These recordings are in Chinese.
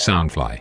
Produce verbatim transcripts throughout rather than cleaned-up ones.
Soundfly。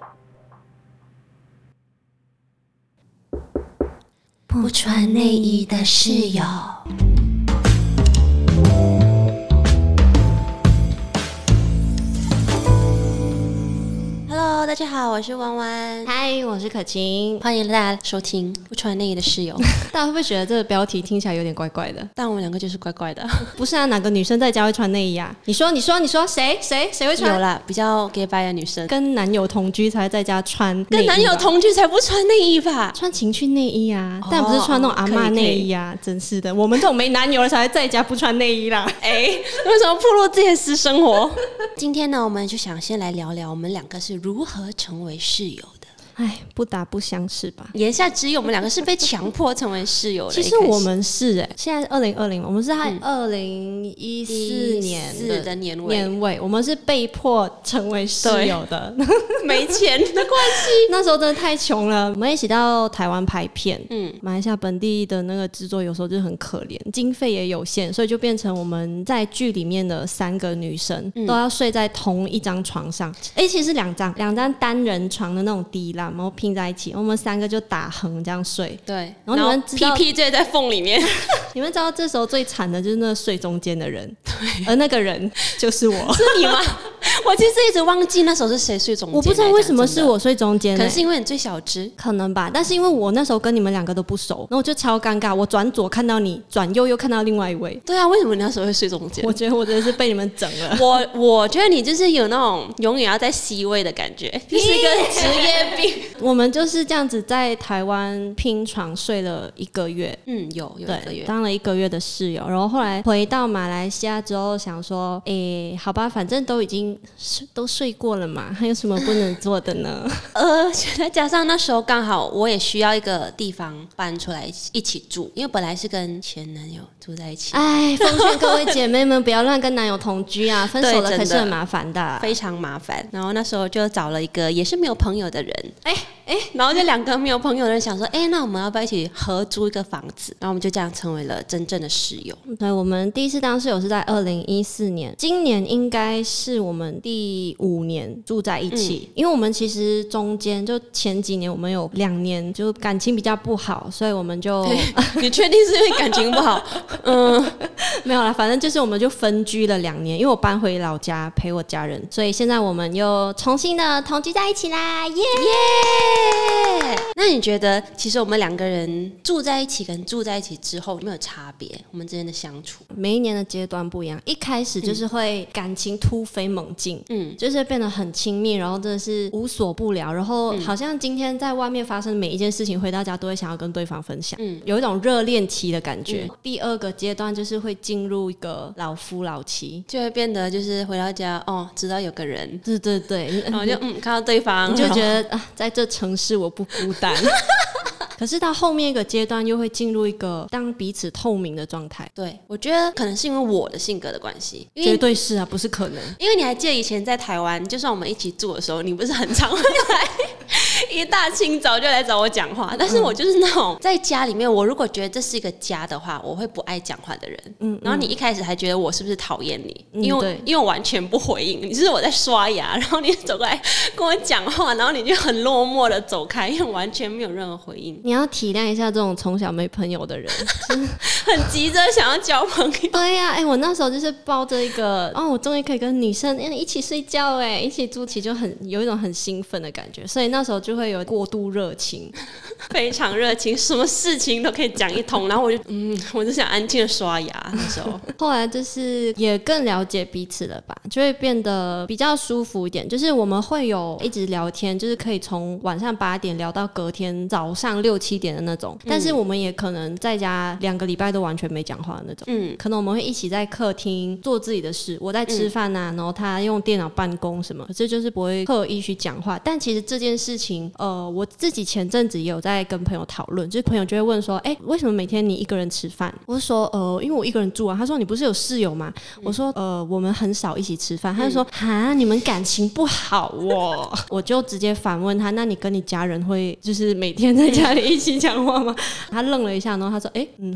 不穿内衣的室友。Hello， 大家好，我是弯弯。 嗨，我是可晴， 欢迎大家收听不穿内衣的室友。 大家会不会觉得这个标题听起来有点怪怪的？ 但我们两个就是怪怪的。 不是啊，哪个女生在家会穿内衣啊？你说，你说，你说，谁谁谁会穿？ 有啦，比较 gay bye 的女生， 跟男友同居才在家穿内衣吧， 跟男友同居才不穿内衣吧？ 穿情趣内衣啊，哦、但不是穿那种阿嬷内衣啊！真是的，我们这种没男友的才会在家不穿内衣啦。 哎、欸，为什么暴露自己的私生活？今天呢，我们就想先来聊聊我们两个是如何成为室友的。 哎，不打不相识吧。 言下之意，我们两个是被强迫成为室友的。 其实我们是哎、欸，现在二零二零，我们是在二零一四年的年尾， 年尾，我们是被迫成为室友的， 没钱的关系。 那时候真的太穷了，我们一起到台湾拍片，嗯，马来西亚本地的那个制作有时候就很可怜，经费也有限，所以就变成我们在剧里面的三个女生、嗯、都要睡在同一张床上，哎、欸，其实是两张，两张单人床的那种低栏。然后拼在一起，我们三个就打横这样睡。 对， 然后你们知道 P P 坠在缝里面。 你们知道这时候最惨的就是那个睡中间的人，对，而那个人就是我。 是你吗？我其实一直忘记那时候是谁睡中间。 我不知道为什么是我睡中间、欸， 可能是因为你最小只， 可能吧。但是因为我那时候跟你们两个都不熟，然后我就超尴尬。我转左看到你，转右又看到另外一位。 对啊，为什么你那时候会睡中间？ 我觉得我真的是被你们整了。 我我觉得你就是有那种永远要在 C 位的感觉，就是一个职业病。 我们就是这样子在台湾拼床睡了一个月， 嗯，有有一个月， 当了一个月的室友。然后后来回到马来西亚之后，想说，哎，好吧，反正都已经都睡过了嘛，还有什么不能做的呢？ 呃，再加上那时候刚好我也需要一个地方搬出来一起住，因为本来是跟前男友住在一起。 哎，奉劝各位姐妹们不要乱跟男友同居啊，分手了可是很麻烦的、啊， 非常麻烦。然后那时候就找了一个也是没有朋友的人，哎。 哎， 然后就两个没有朋友的人想说，哎，那我们要不要一起合租一个房子？然后我们就这样成为了真正的室友。 对，我们第一次当室友是在二零一四年，今年应该是我们第五年住在一起、嗯。因为我们其实中间就前几年我们有两年就感情比较不好，所以我们就你确定是因为感情不好？嗯， 没有啦，反正就是我们就分居了两年，因为我搬回老家陪我家人，所以现在我们又重新的同居在一起啦，耶、yeah! 耶！那你觉得，其实我们两个人住在一起跟住在一起之后有没有差别？我们之间的相处， 每一年的阶段不一样。一开始就是会感情突飞猛进，嗯，就是变得很亲密，然后真的是无所不聊，然后好像今天在外面发生的每一件事情，回到家都会想要跟对方分享，嗯，有一种热恋期的感觉、嗯。第二个阶段就是会进入一个老夫老妻， 就会变得就是回到家哦，知道有个人， 对对对， 然后就嗯看到对方， 你就觉得啊，在这城市我不孤单。可是到后面一个阶段又会进入一个当彼此透明的状态。 对，我觉得可能是因为我的性格的关系， 绝对是啊，不是可能。 因为你还记得以前在台湾，就算我们一起住的时候，你不是很常会来一大清早就来找我讲话，但是我就是那种在家里面，我如果觉得这是一个家的话，我会不爱讲话的人。嗯，然后你一开始还觉得我是不是讨厌你、嗯、因为因为我完全不回应你，就是我在刷牙，然后你走过来跟我讲话，然后你就很落寞的走开，因为完全没有任何回应。 你要体谅一下这种从小没朋友的人， 很急着想要交朋友。 对呀、啊，哎、欸，我那时候就是抱着一个哦，我终于可以跟女生、欸、一起睡觉，哎，一起住起就很有一种很兴奋的感觉，所以那时候就会有过度热情， 非常热情，什么事情都可以讲一通。然后我就嗯，我就想安静的刷牙。那时候， 后来就是也更了解彼此了吧，就会变得比较舒服一点。就是我们会有一直聊天，就是可以从晚上八点聊到隔天早上六七点的那种。但是我们也可能在家两个礼拜都完全没讲话的那种。嗯，可能我们会一起在客厅做自己的事，我在吃饭啊、嗯，然后他用电脑办公什么，可是就是不会刻意去讲话。但其实这件事情，呃，我自己前阵子也有在跟朋友讨论，就是朋友就会问说，哎、欸，为什么每天你一个人吃饭？我就说，呃，因为我一个人住啊。他说你不是有室友吗？嗯、我说，呃，我们很少一起吃饭。他就说，哈、嗯，你们感情不好哦。我就直接反问他，那你跟你家人会就是每天在家里一起讲话吗？他愣了一下，然后他说，哎、欸，嗯，好像真的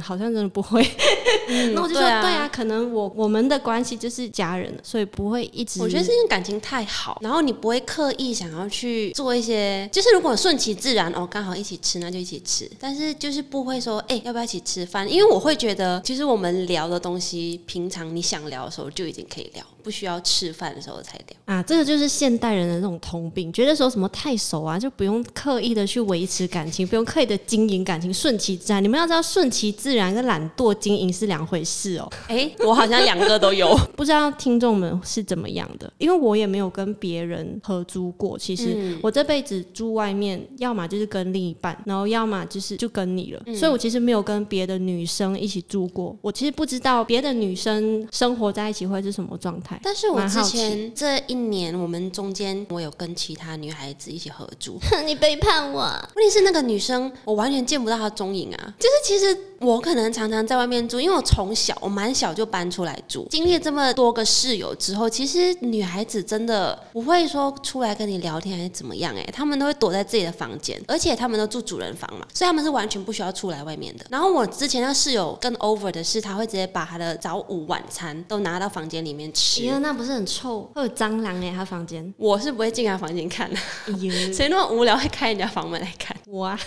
的不会。 嗯、 那我就说对 啊, 对啊，可能我我们的关系就是家人，所以不会一直。 我觉得是因为感情太好，然后你不会刻意想要去做一些，就是如果顺其自然哦，刚好一起吃那就一起吃，但是就是不会说哎、欸、要不要一起吃饭，因为我会觉得其实我们聊的东西，平常你想聊的时候就已经可以聊，不需要吃饭的时候才聊啊。这个就是现代人的那种通病，觉得说什么太熟啊，就不用刻意的去维持感情，不用刻意的经营感情，顺其自然。你们要知道，顺其自然跟懒惰经营是两回事哦。 哎、欸，我好像两个都有， 不知道听众们是怎么样的，因为我也没有跟别人合租过。其实我这辈子住外面，要么就是跟另一半，然后要么就是就跟你了、嗯，所以我其实没有跟别的女生一起住过。我其实不知道别的女生生活在一起会是什么状态。 但是我之前这一年，我们中间我有跟其他女孩子一起合租。 你背叛我！ 问题是那个女生，我完全见不到她踪影啊。就是其实我可能常常在外面住，因为我从小我蛮小就搬出来住，经历这么多个室友之后，其实女孩子真的不会说出来跟你聊天还是怎么样、欸，哎，她们都会躲在自己的房间，而且她们都住主人房嘛，所以她们是完全不需要出来外面的。然后我之前那个室友更 over 的是，她会直接把她的早午晚餐都拿到房间里面吃。 哎呀，那不是很臭？会有蟑螂哎、欸，她房间。 我是不会进她房间看的，谁那么无聊会开人家房门来看？ 我啊。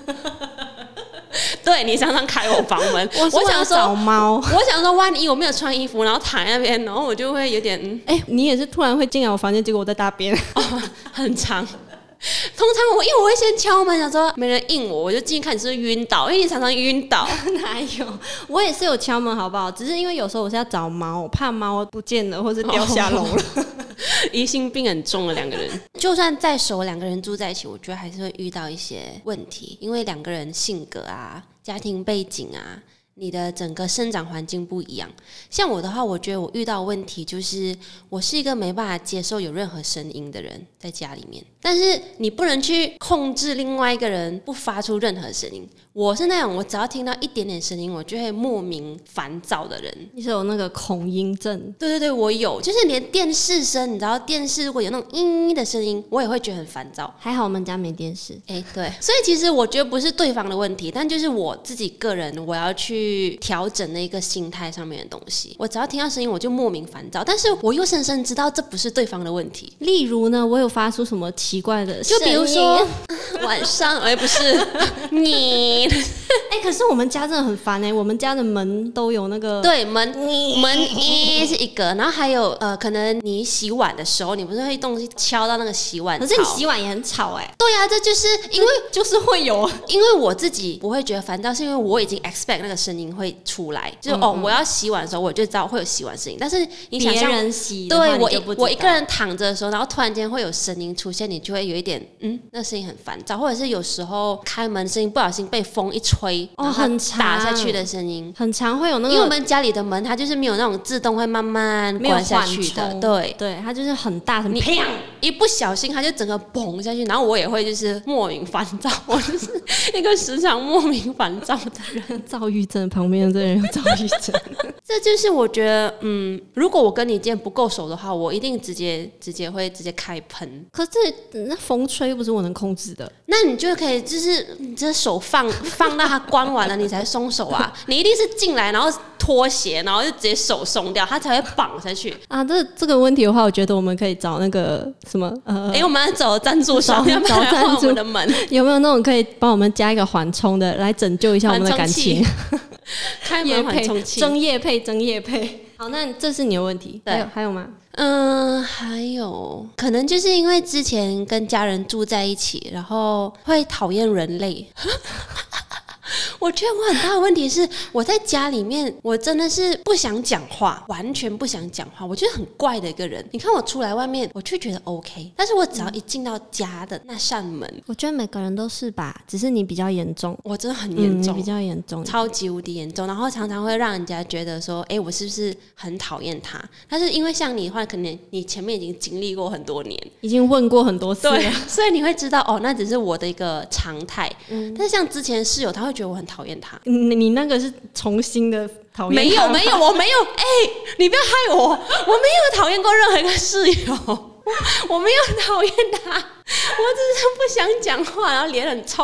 对，你常常开我房门， 我我想找猫， 我想说万一我没有穿衣服，然后躺在那边，然后我就会有点， 哎、欸，你也是突然会进来我房间，结果我在大便， 哦，很长。通常我因为我会先敲门，想说没人应我，我就进去看你是不是晕倒，因为你常常晕倒。 哪有？我也是有敲门，好不好？只是因为有时候我是要找猫，我怕猫不见了或是掉下楼了。哦疑心病很重的两个人，就算再熟，两个人住在一起，我觉得还是会遇到一些问题，因为两个人性格啊、家庭背景啊、你的整个生长环境不一样。像我的话，我觉得我遇到的问题就是，我是一个没办法接受有任何声音的人在家里面，但是你不能去控制另外一个人不发出任何声音。我是那种我只要听到一点点声音，我就会莫名烦躁的人。 你是有那个恐音症？ 对对对，我有，就是连电视声，你知道电视如果有那种嘤的声音，我也会觉得很烦躁。 还好我们家没电视。 哎、欸，对，所以其实我觉得不是对方的问题，但就是我自己个人，我要去调整那个心态上面的东西。我只要听到声音，我就莫名烦躁，但是我又深深知道这不是对方的问题。 例如呢，我有发出什么奇怪的声音， 就比如说晚上，哎、欸，不是你。 哎、欸，可是我们家真的很烦哎、欸，我们家的门都有那个对门门一是一个，然后还有呃，可能你洗碗的时候，你不是会东西敲到那个洗碗槽， 可是你洗碗也很吵哎、欸。 对啊，这就是因为就是会有， 因为我自己不会觉得烦躁，是因为我已经 expect 那个声音会出来，就是、嗯、哦，我要洗碗的时候我就知道会有洗碗声音，但是你想象别人洗的对我就不我一个人躺着的时候，然后突然间会有声音出现，你就会有一点嗯，那声音很烦躁，或者是有时候开门声音不小心被风一吹， 哦， 然后很长打下去的声音， 很常会有那个， 因为我们家里的门它就是没有那种自动会慢慢关下去的，对对，它就是很大很你砰一不小心它就整个嘣下去，然后我也会就是莫名烦躁，我就是一个时常莫名烦躁的人。 躁郁症旁边的这人有躁郁症， 这就是我觉得，嗯，如果我跟你今天不够熟的话，我一定直接直接会直接开喷。 可是那风吹又不是我能控制的， 那你就可以就是你这手放放到它关完了，你才松手啊！你一定是进来然后脱鞋，然后就直接手松掉，它才会绑下去啊。这这个问题的话，我觉得我们可以找那个什么呃， 哎、欸，我们要找赞助商，要不然来换我们的门。 有没有那种可以帮我们加一个缓冲的，来拯救一下我们的感情？ 开门缓冲器， 争业配，争业配。好，那这是你的问题。 对， 还有还有吗？ 嗯，还有可能就是因为之前跟家人住在一起，然后会讨厌人类。我觉得我很大的问题是，我在家里面，我真的是不想讲话，完全不想讲话。我觉得很怪的一个人。你看我出来外面，我就觉得 OK， 但是我只要一进到家的那扇门， 我觉得每个人都是吧，只是你比较严重。 我真的很严重， 嗯、比较严重， 超级无敌严重。然后常常会让人家觉得说，哎、欸，我是不是很讨厌他？但是因为像你的话，可能你前面已经经历过很多年， 已经问过很多次了， 对，所以你会知道哦，那只是我的一个常态。嗯，但是像之前室友，他会觉得我很讨厌他。 你你那个是重新的讨厌？ 没有没有，我没有。哎、欸，你不要害我，我没有讨厌过任何一个室友，我没有讨厌他，我只是不想讲话，然后脸很臭。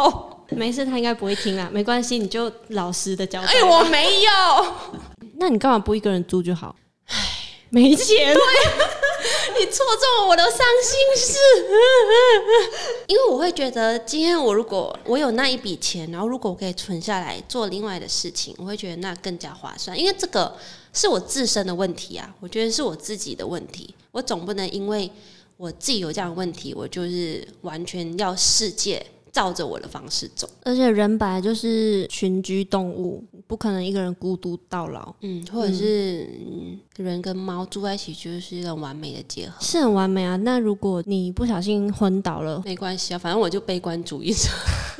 没事，他应该不会听啦，没关系，你就老实的交代。 哎、欸，我没有。 那你干嘛不一个人住就好？唉，没钱。对， 你戳中了我的伤心事。因为我会觉得，今天我如果我有那一笔钱，然后如果我可以存下来做另外的事情，我会觉得那更加划算。因为这个是我自身的问题啊，我觉得是我自己的问题，我总不能因为我自己有这样的问题，我就是完全要世界照着我的方式走。 而且人本来就是群居动物，不可能一个人孤独到老。 嗯，或者是、嗯、人跟猫住在一起就是一个完美的结合， 是很完美啊。那如果你不小心昏倒了， 没关系啊，反正我就悲观主义者。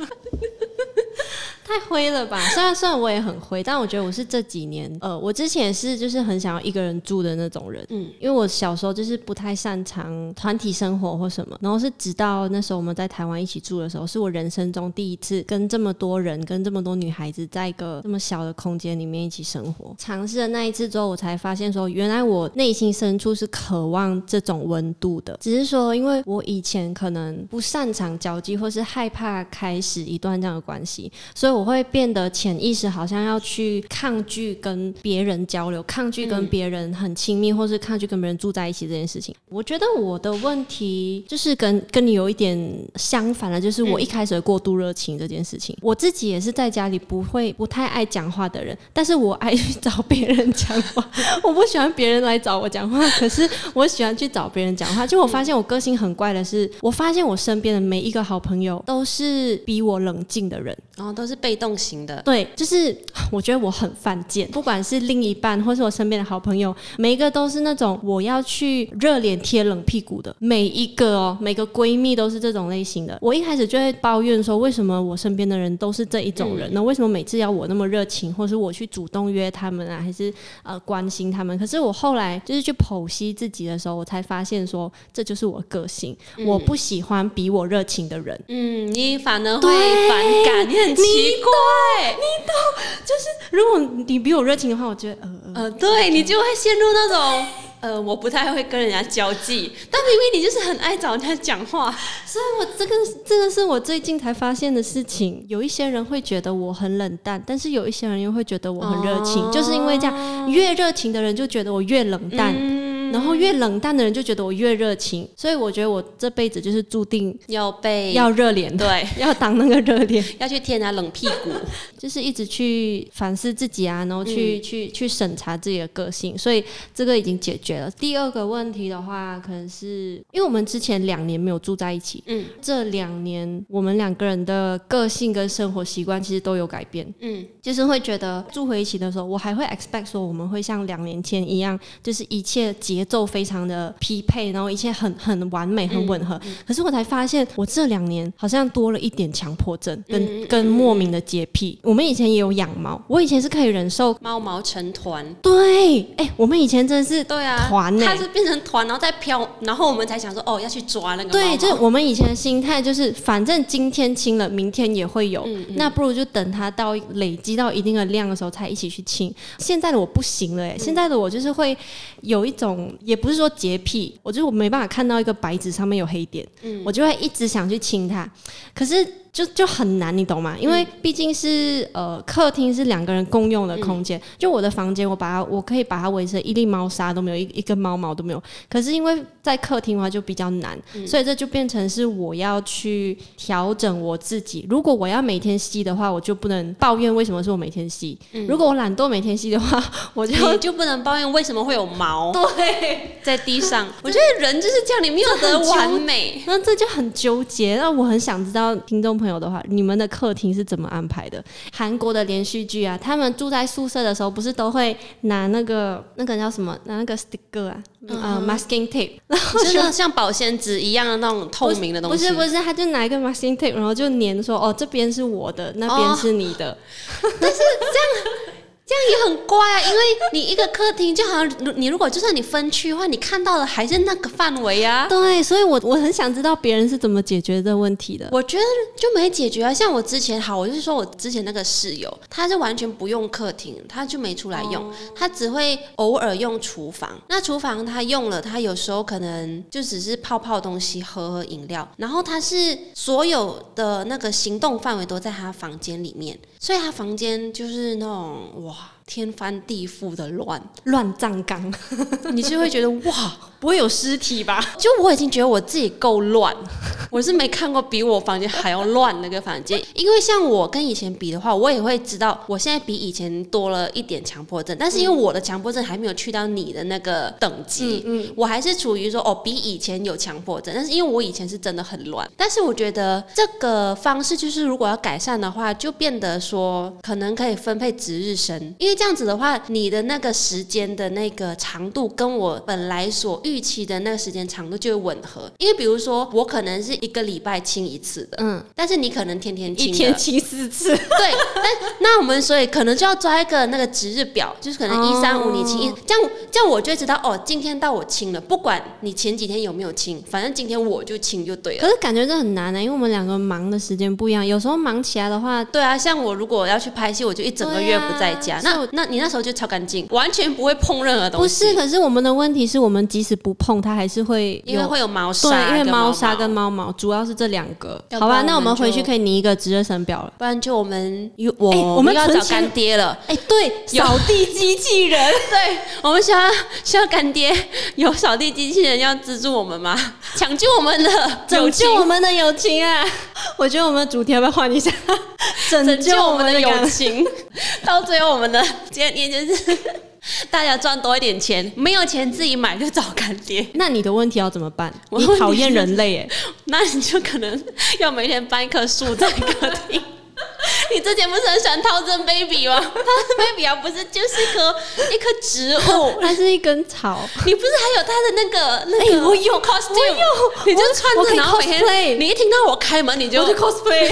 太灰了吧？虽然虽然我也很灰，但我觉得我是这几年，呃，我之前也是就是很想要一个人住的那种人，嗯，因为我小时候就是不太擅长团体生活或什么，然后是直到那时候我们在台湾一起住的时候，是我人生中第一次跟这么多人、跟这么多女孩子在一个这么小的空间里面一起生活。尝试了那一次之后，我才发现说，原来我内心深处是渴望这种温度的，只是说因为我以前可能不擅长交际，或是害怕开始一段这样的关系，所以我会变得潜意识好像要去抗拒跟别人交流，抗拒跟别人很亲密、嗯、或是抗拒跟别人住在一起这件事情。我觉得我的问题就是跟跟你有一点相反的，就是我一开始的过度热情这件事情、嗯、我自己也是在家里不会不太爱讲话的人，但是我爱去找别人讲话我不喜欢别人来找我讲话，可是我喜欢去找别人讲话。就我发现我个性很怪的是，我发现我身边的每一个好朋友都是比我冷静的人， 然后都是被动型的。 对，就是我觉得我很犯贱，不管是另一半或是我身边的好朋友，每一个都是那种我要去热脸贴冷屁股的，每一个哦，每个闺蜜都是这种类型的。我一开始就会抱怨说，为什么我身边的人都是这一种人呢？嗯、为什么每次要我那么热情，或是我去主动约他们啊，还是呃关心他们？可是我后来就是去剖析自己的时候，我才发现说，这就是我个性、嗯，我不喜欢比我热情的人。嗯， 你反而会反感，你很奇怪。 你懂，就是如果你比我热情的话，我觉得呃呃，对，你就会陷入那种呃，我不太会跟人家交际，但明明你就是很爱找人家讲话。 所以我这个这个是我最近才发现的事情。有一些人会觉得我很冷淡，但是有一些人又会觉得我很热情、哦、就是因为这样，越热情的人就觉得我越冷淡、嗯、然后越冷淡的人就觉得我越热情。所以我觉得我这辈子就是注定要被要热脸， 对， 要当那个热脸， 要去贴人家冷屁股就是一直去反思自己啊，然后去、嗯、去去审查自己的个性。所以这个已经解决了。第二个问题的话，可能是因为我们之前两年没有住在一起，嗯，这两年我们两个人的个性跟生活习惯其实都有改变，嗯，就是会觉得住回一起的时候，我还会 expect 说我们会像两年前一样，就是一切节奏非常的匹配，然后一切很很完美很吻合、嗯嗯、可是我才发现我这两年好像多了一点强迫症跟、嗯、跟莫名的洁癖。我们以前也有养猫，我以前是可以忍受猫毛成团， 对，哎、欸，我们以前真的是对啊团欸， 它是变成团然后再飘，然后我们才想说哦要去抓那个猫毛。 对，就是我们以前的心态就是反正今天清了明天也会有、嗯嗯、那不如就等它到累积到一定的量的时候才一起去清。现在的我不行了耶、欸嗯、现在的我就是会有一种，也不是说洁癖，我就是我没办法看到一个白纸上面有黑点、嗯、我就会一直想去清它，可是就就很难，你懂吗？因为毕竟是呃客厅是两个人共用的空间、嗯，就我的房间我把它我可以把它维持一粒猫砂都没有，一一根猫毛都没有。可是因为在客厅的话就比较难、嗯，所以这就变成是我要去调整我自己。如果我要每天吸的话，我就不能抱怨为什么是我每天吸、嗯；如果我懒惰每天吸的话，我就你就不能抱怨为什么会有毛对在地上。我觉得人就是这样，你没有得完美， 那这就很纠结。那我很想知道听众朋友的话，你们的客厅是怎么安排的？韩国的连续剧啊，他们住在宿舍的时候，不是都会拿那个那个叫什么？拿那个 sticker 啊，嗯、呃 masking tape， 然后就像保鲜纸一样的那种透明的东西。 不是不是，他就拿一个 masking tape， 然后就粘说哦，这边是我的，那边是你的。 哦、但是这样。 这样也很怪啊，因为你一个客厅就好像你如果就算你分区的话，你看到的还是那个范围啊。 对，所以我我很想知道别人是怎么解决这个问题的。 我觉得就没解决啊，像我之前好，我就是说我之前那个室友，他是完全不用客厅，他就没出来用，哦、他只会偶尔用厨房。那厨房他用了，他有时候可能就只是泡泡东西、喝喝饮料，然后他是所有的那个行动范围都在他房间里面，所以他房间就是那种哇。天翻地覆的乱乱葬岗， 你是会觉得哇， 不会有尸体吧？ 就我已经觉得我自己够乱，我是没看过比我房间还要乱那个房间。因为像我跟以前比的话，我也会知道我现在比以前多了一点强迫症，但是因为我的强迫症还没有去到你的那个等级，嗯嗯、我还是处于说哦比以前有强迫症，但是因为我以前是真的很乱。但是我觉得这个方式就是如果要改善的话，就变得说可能可以分配值日生，因为这样子的话，你的那个时间的那个长度跟我本来所预期的那个时间长度就会吻合。因为比如说，我可能是一个礼拜清一次的，嗯，但是你可能天天清的， 一天清四次， 对。但那我们所以可能就要抓一个那个值日表，就是可能一三五你清一，这样这样我就会知道哦，今天到我清了，不管你前几天有没有清，反正今天我就清就对了。 可是感觉这很难呢、欸，因为我们两个忙的时间不一样，有时候忙起来的话， 对啊，像我如果要去拍戏，我就一整个月不在家，啊、那那你那时候就超干净，完全不会碰任何东西。 不是，可是我们的问题是我们即使不碰，它还是会有， 因为会有毛砂， 对，因为猫砂跟猫毛，主要是这两个。好吧，那我们回去可以拟一个值日生表了， 不然就我们我、欸、 我们要找干爹了。 哎、欸，对，扫地机器人， 对，我们需要需要干爹，有扫地机器人要资助我们吗？抢救我们的拯救我们的友情啊！我觉得我们的主题要不要换一下？拯救我们的友情。 到最后，我们的建议就是大家赚多一点钱，没有钱自己买就找干爹。 那你的问题要怎么办？你讨厌人类耶， 那你就可能要每天搬一棵树在客厅。你之前不是很喜欢套真 baby 吗？套真 baby 啊，不是就是一棵一棵植物， 它是一根草。 你不是还有它的那个那个、欸？我有 costume， 我有，你就穿着，然后每天你一听到我开门，你就我就 cosplay。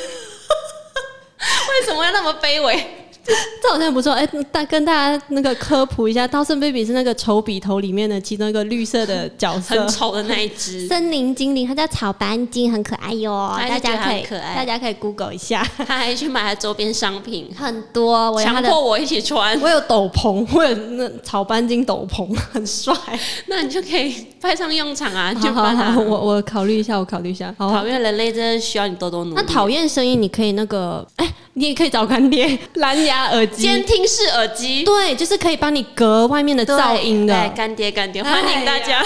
为什么要那么卑微？ 这好像不错哎，大、欸、跟大家那个科普一下，刀圣 baby 是那个丑笔头里面的其中一个绿色的角色， 很丑的那一只森林精灵，它叫草斑鲸，很可爱哟，大家可以大家可以 Google 一下。 他还去买他周边商品， 很多，我强迫我一起穿。 我有斗篷，我有那草斑鲸斗篷，很帅。 那你就可以派上用场啊！ 好好好，我我考虑一下，我考虑一下。 讨厌人类真的需要你多多努力。 那讨厌声音，你可以那个，哎、欸，你也可以找干爹，蓝牙耳机、 监听式耳机， 对，就是可以帮你隔外面的噪音的。 对，干爹干爹，欢迎大家。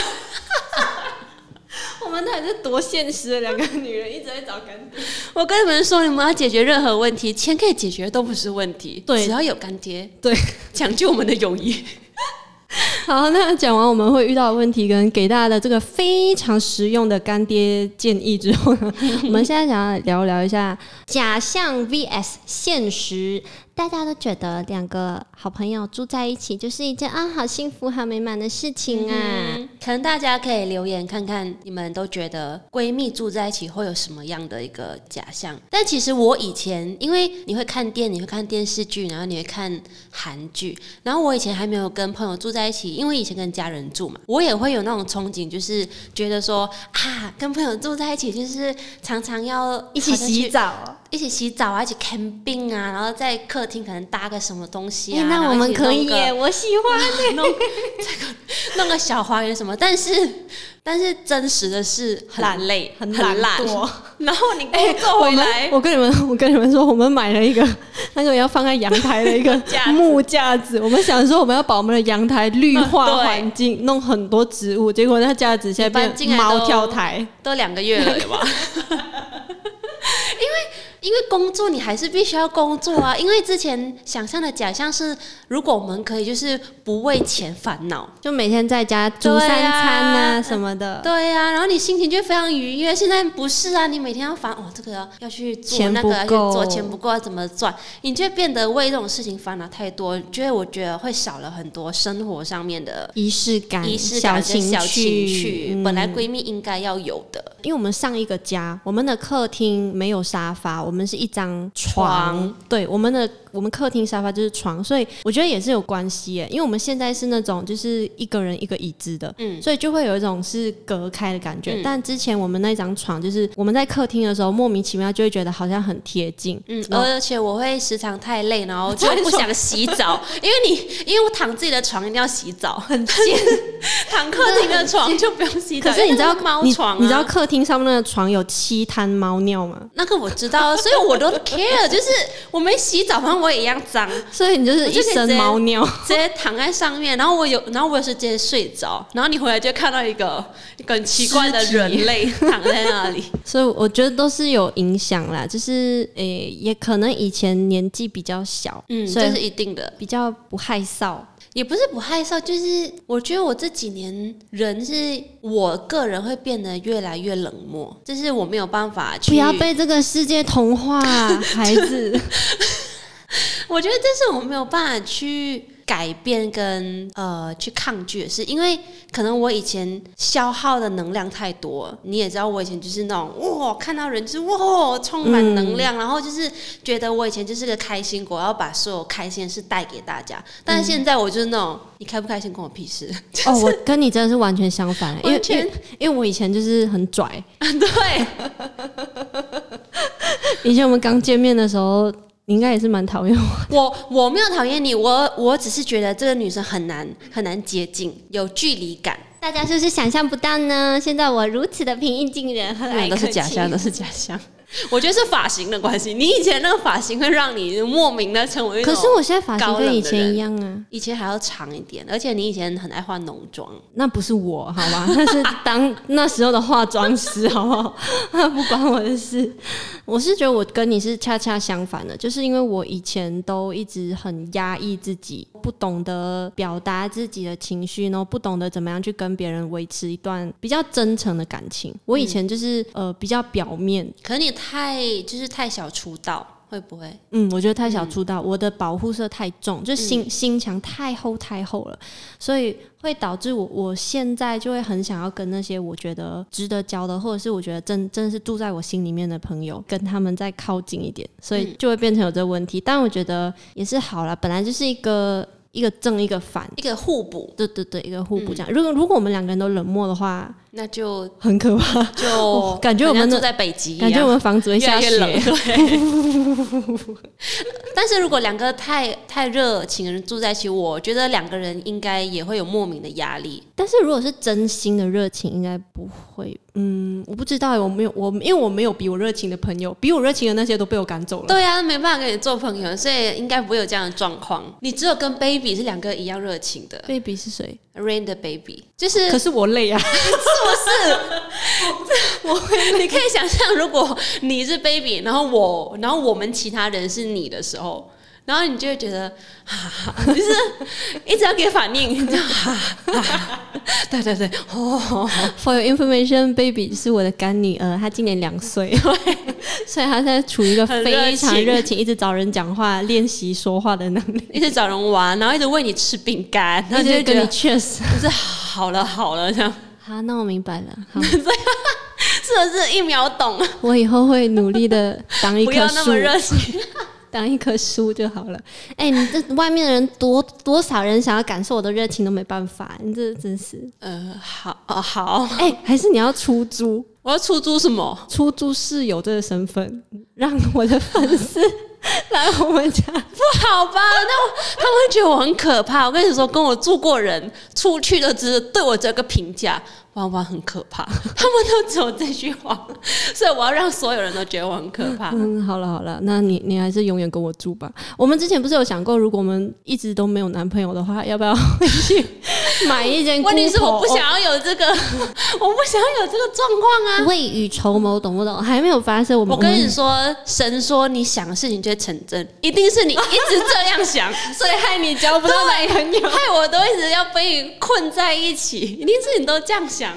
我们还是多现实的两个女人，一直在找干爹。 我跟你们说，你们要解决任何问题，钱可以解决都不是问题，对，只要有干爹， 对， 抢救我们的友谊。 好，那讲完我们会遇到的问题跟给大家的这个非常实用的干爹建议之后呢，我们现在想要聊聊一下假象 V S 现实。大家都觉得两个好朋友住在一起就是一件啊好幸福好美满的事情啊、嗯、 可能大家可以留言看看你们都觉得闺蜜住在一起会有什么样的一个假象。但其实我以前因为你会看电你会看电视剧，然后你会看韩剧，然后我以前还没有跟朋友住在一起，因为以前跟家人住嘛，我也会有那种憧憬，就是觉得说啊跟朋友住在一起就是常常要一起洗澡一起洗澡啊，一起 camping 啊，然后在客厅可能搭个什么东西啊， 欸、那我们可以耶，我喜欢耶， 弄弄个小花园什么，但是但是真实的是很累， 很很懒，然后你工作回来、 欸我，我跟你们我跟你们说，我们买了一个那个要放在阳台的一个木架子，我们想说我们要把我们的阳台绿化环境、嗯，弄很多植物，结果那架子现在变猫跳台， 都两个月了，对吧？因为因为工作你还是必须要工作啊，因为之前想象的假象是如果我们可以就是不为钱烦恼， 就每天在家煮三餐啊什么的， 对啊，然后你心情就非常愉悦。现在不是啊，你每天要烦哦，这个要要去做，那个要去做，钱不够要怎么赚，你就变得为这种事情烦恼太多，觉得我觉得会少了很多生活上面的仪式感、 仪式感跟小情趣、 嗯， 本来闺蜜应该要有的。 因为我们上一个家，我们的客厅没有沙发，我们是一张床，床对，我们的我们客厅沙发就是床，所以我觉得也是有关系耶，因为我们现在是那种就是一个人一个椅子的，嗯，所以就会有一种是隔开的感觉、嗯、但之前我们那张床就是我们在客厅的时候莫名其妙就会觉得好像很贴近， 嗯，而且我会时常太累然后就不想洗澡因为你因为我躺自己的床一定要洗澡很贱躺客厅的床就不用洗澡， 可是你知道猫床、啊、 你, 你知道客厅上面的床有七滩猫尿吗？ 那个我知道，所以我都 care 就是我没洗澡反正我也一样脏， 所以你就是一身猫尿直接躺在上面，然后我有然后我有时直接睡着，然后你回来就看到一个一个很奇怪的人类躺在那里所以我觉得都是有影响啦，就是诶、欸，也可能以前年纪比较小， 嗯，这是一定的， 比较不害臊， 也不是不害臊，就是我觉得我这几年人是我个人会变得越来越冷漠，就是我没有办法去不要被这个世界同化孩子我觉得这是我没有办法去改变跟呃去抗拒的事，因为可能我以前消耗的能量太多，你也知道我以前就是那种哇看到人就是哇充满能量、嗯、然后就是觉得我以前就是个开心果，要把所有开心的事带给大家，但是现在我就是那种、嗯、你开不开心关我屁事、就是、 哦，我跟你真的是完全相反，因为因为因为我以前就是很拽对以前我们刚见面的时候你应该也是蛮讨厌我我我没有讨厌你，我我只是觉得这个女生很难很难接近，有距离感。 大家是不是想象不到呢？现在我如此的平易近人， 嗯、都是假象，都是假象。我觉得是发型的关系，你以前那个发型会让你莫名的成为一种， 可是我现在发型跟以前一样啊， 以前还要长一点，而且你以前很爱化浓妆， 那不是我好吗？那是当那时候的化妆师，好不好？那不关我的事。我是觉得我跟你是恰恰相反的，就是因为我以前都一直很压抑自己，不懂得表达自己的情绪，然后不懂得怎么样去跟别人维持一段比较真诚的感情。我以前就是、嗯、呃比较表面， 可是你太就是太小出道，会不会？ 嗯，我觉得太小出道、嗯、我的保护色太重，就心、嗯、心墙太厚太厚了，所以会导致我我现在就会很想要跟那些我觉得值得交的，或者是我觉得真真的是住在我心里面的朋友，跟他们再靠近一点，所以就会变成有这个问题、嗯、但我觉得也是好啦，本来就是一个一个正一个反， 一个互补， 对对对，一个互补这样、嗯、如果如果我们两个人都冷漠的话， 那就很可怕， 就感觉我们住在北极一样， 感觉我们房子会下雪， 越来越冷对但是如果两个太太热情的人住在一起，我觉得两个人应该也会有莫名的压力。 但是如果是真心的热情，应该不会。嗯，我不知道，我没有我因为我没有比我热情的朋友，比我热情的那些都被我赶走了。 对啊，没办法跟你做朋友，所以应该不会有这样的状况。你只有跟 Baby 是两个一样热情的。 Baby 是谁？ Rain 的 Baby 就是， 可是我累啊， 是不是？我会，你可以想象，如果你是 Baby， 然后我，然后我们其他人是你的时候。然后你就会觉得，哈，就是一直要给反应，哈哈，对对对，哦。 For your information, Baby 是我的干女儿，她今年两岁，所以她现在处于一个非常热情，一直找人讲话、练习说话的能力， 一直找人玩，然后一直喂你吃饼干，然后就跟你确实就是好了好了这样。 好，那我明白了。好， 是不是一秒懂？ 我以后会努力的当一棵树，不要那么热情。 当一棵树就好了。哎、欸，你这外面的人多多少人想要感受我的热情都没办法，你这真是…… 呃，好哦，好。 哎、欸，还是你要出租？ 我要出租什么？ 出租室友这个身份，让我的粉丝来我们家， 不好吧？那我他们会觉得我很可怕。我跟你说，跟我住过人出去的，只是对我这个评价。往往很可怕，他们都只有这句话，所以我要让所有人都觉得我很可怕。 嗯，好了好了，那你你还是永远跟我住吧。我们之前不是有想过，如果我们一直都没有男朋友的话，要不要回去买一间？ 问题是我不想要有这个，我不想要有这个状况啊。 未雨绸缪，懂不懂？还没有发生，我们我跟你说，神说你想的事情就会成真，一定是你一直这样想，所以害你交不到男朋友，害我都一直要被困在一起，一定是你都这样想。 我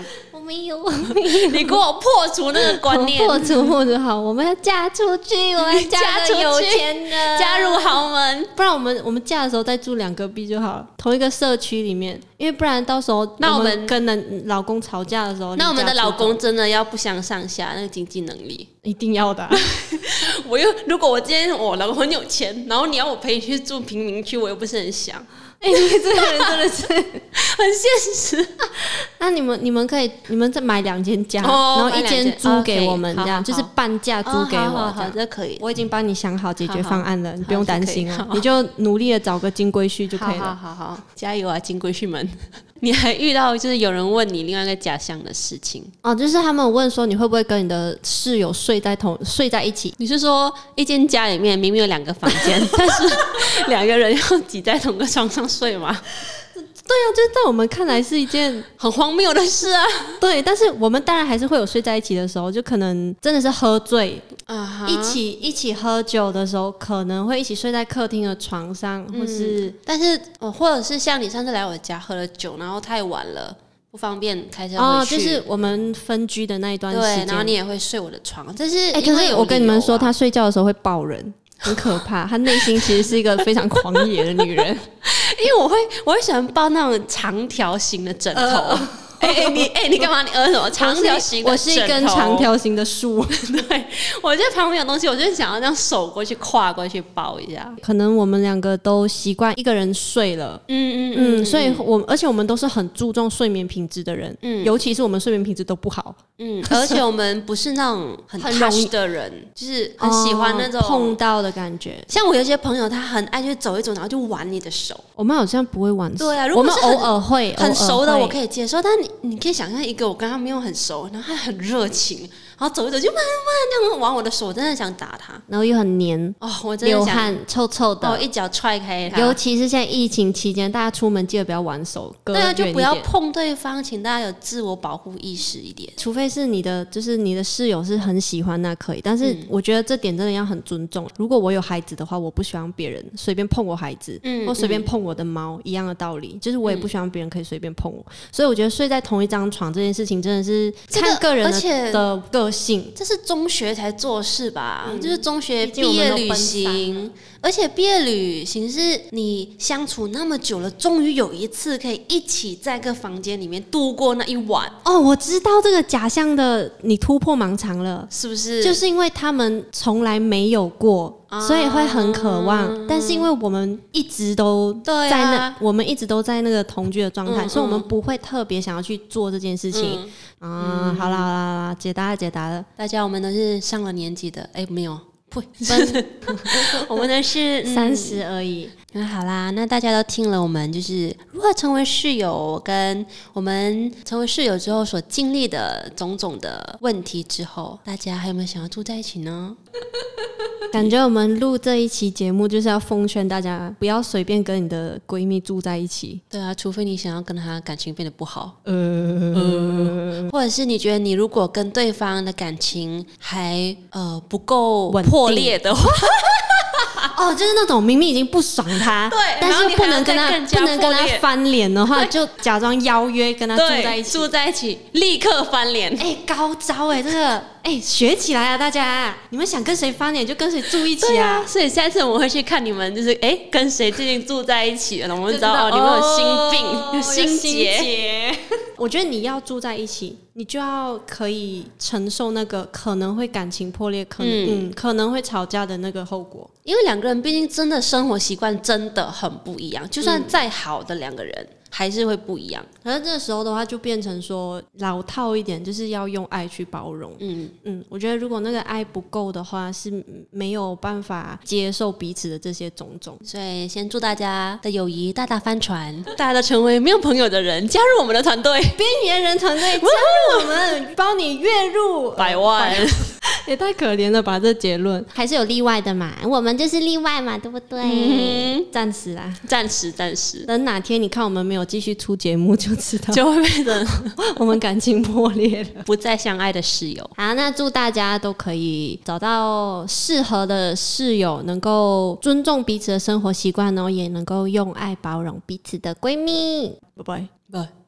没有，没有， 你给我破除那个观念， 破除破除好，我们要嫁出去，我们要嫁个有钱人， 加入豪门， 不然我们我们嫁的时候再住两隔壁就好了，同一个社区里面，因为不然到时候那我们我们跟人老公吵架的时候， 那我们的老公真的要不相上下，那个经济能力一定要的、啊。 我又如果我今天我老公很有钱，然后你要我陪你去住贫民区，我又不是很想。 哎、欸，你这个人真的是很现实。 那你们你们可以，你们再买两间家， 哦、 然后一间租给我们，这样、 okay, 就是半价租给我。 哦、好, 好, 好，这可以。 我已经帮你想好解决方案了， 好好你不用担心哦，你就努力的找个金龟婿就可以了。 好好好好，加油啊，金龟婿们！你还遇到就是有人问你另外一个假象的事情哦，就是他们问说你会不会跟你的室友睡在同睡在一起？ 你是说一间家里面明明有两个房间，但是两个人要挤在同个床上睡吗？ 对啊，就是在我们看来是一件很荒谬的事啊。 对，但是我们当然还是会有睡在一起的时候，就可能真的是喝醉， uh-huh. 一起一起喝酒的时候，可能会一起睡在客厅的床上，嗯、或是但是、哦、或者是像你上次来我家喝了酒，然后太晚了。不方便开车回去哦，就是我们分居的那一段时间， 对，然后你也会睡我的床，这是哎、欸，可是我跟你们说，他睡觉的时候会抱人，很可怕。他内心其实是一个非常狂野的女人， 因为我会我会喜欢抱那种长条形的枕头。呃哎、欸欸，你哎、欸，你干嘛？你呃什么？长条形的枕头？ 我是一根长条形的树。 对，我觉得旁边有东西，我就想要这样手过去跨过去抱一下。 可能我们两个都习惯一个人睡了， 嗯嗯嗯，所以我而且我们都是很注重睡眠品质的人，嗯，尤其是我们睡眠品质都不好， 嗯，而且我们不是那种很 touch 的人，就是很喜欢那种、 哦、碰到的感觉。 像我有些朋友，他很爱去走一走，然后就玩你的手。 我们好像不会玩手， 对啊，如我果是们偶尔会很熟的，我可以接受，但你你可以想象一个我跟他没有很熟，然后他很热情，然后走一走就慢慢这样玩我的手，我真的想打他， 然后又很黏哦，我真的流汗臭臭的， 哦，一脚踹开他。 尤其是现在疫情期间，大家出门记得不要玩手， 对啊，就不要碰对方，请大家有自我保护意识一点。 除非是你的，就是你的室友是很喜欢，那可以。但是我觉得这点真的要很尊重。如果我有孩子的话，我不希望别人随便碰我孩子，嗯、或随便碰我的猫，一样的道理，就是我也不希望别人可以随便碰我。嗯、所以我觉得睡在同一张床这件事情真的是看个人的、 这个、 的个性。 这是中学才做事吧？嗯、就是中学毕业旅行，而且毕业旅行是你相处那么久了，终于有一次可以一起在个房间里面度过那一晚。 哦，我知道这个假象的你突破盲肠了， 是不是？ 就是因为他们从来没有过。所以会很渴望、啊，但是因为我们一直都在那，啊、我们一直都在那个同居的状态、嗯，所以我们不会特别想要去做这件事情。嗯、啊、嗯，好啦好啦好啦，解答了解答了， 大家我们都是上了年纪的，哎、欸，没有，不，我们的是三十而已。 那、嗯、好啦，那大家都听了我们就是如何成为室友，跟我们成为室友之后所经历的种种的问题之后，大家还有没有想要住在一起呢？ 感觉我们录这一期节目就是要奉劝大家不要随便跟你的闺蜜住在一起。 对啊，除非你想要跟她感情变得不好， 呃，呃或者是你觉得你如果跟对方的感情还呃不够破裂的话。 哦，就是那种明明已经不爽他， 对， 但是不能跟他不能跟他翻脸的话，就假装邀约跟他住在一起， 住在一起，立刻翻脸。 哎、欸，高招哎、欸，这个哎、欸、学起来啊，大家，你们想跟谁翻脸就跟谁住一起啊。 啊所以下次我们会去看你们，就是哎、欸、跟谁最近住在一起了，我们知道哦，你们有心病， 哦、 有心结。 我觉得你要住在一起，你就要可以承受那个可能会感情破裂，可能嗯, 嗯可能会吵架的那个后果。 因为两个人毕竟真的生活习惯真的很不一样，就算再好的两个人、嗯、还是会不一样。 可是这个时候的话，就变成说老套一点，就是要用爱去包容。嗯嗯，我觉得如果那个爱不够的话，是没有办法接受彼此的这些种种。 所以先祝大家的友谊大大翻船，大家都成为没有朋友的人，加入我们的团队， 边缘人团队，加入我们，帮你月入百万。 也太可怜了吧！这结论还是有例外的嘛，我们就是例外嘛，对不对？嗯，暂时啦， 暂时暂时。 等哪天你看我们没有继续出节目，就知道就会变成我们感情破裂了， 不再相爱的室友。 好，那祝大家都可以找到适合的室友，能够尊重彼此的生活习惯，然后也能够用爱包容彼此的闺蜜。拜拜， 拜。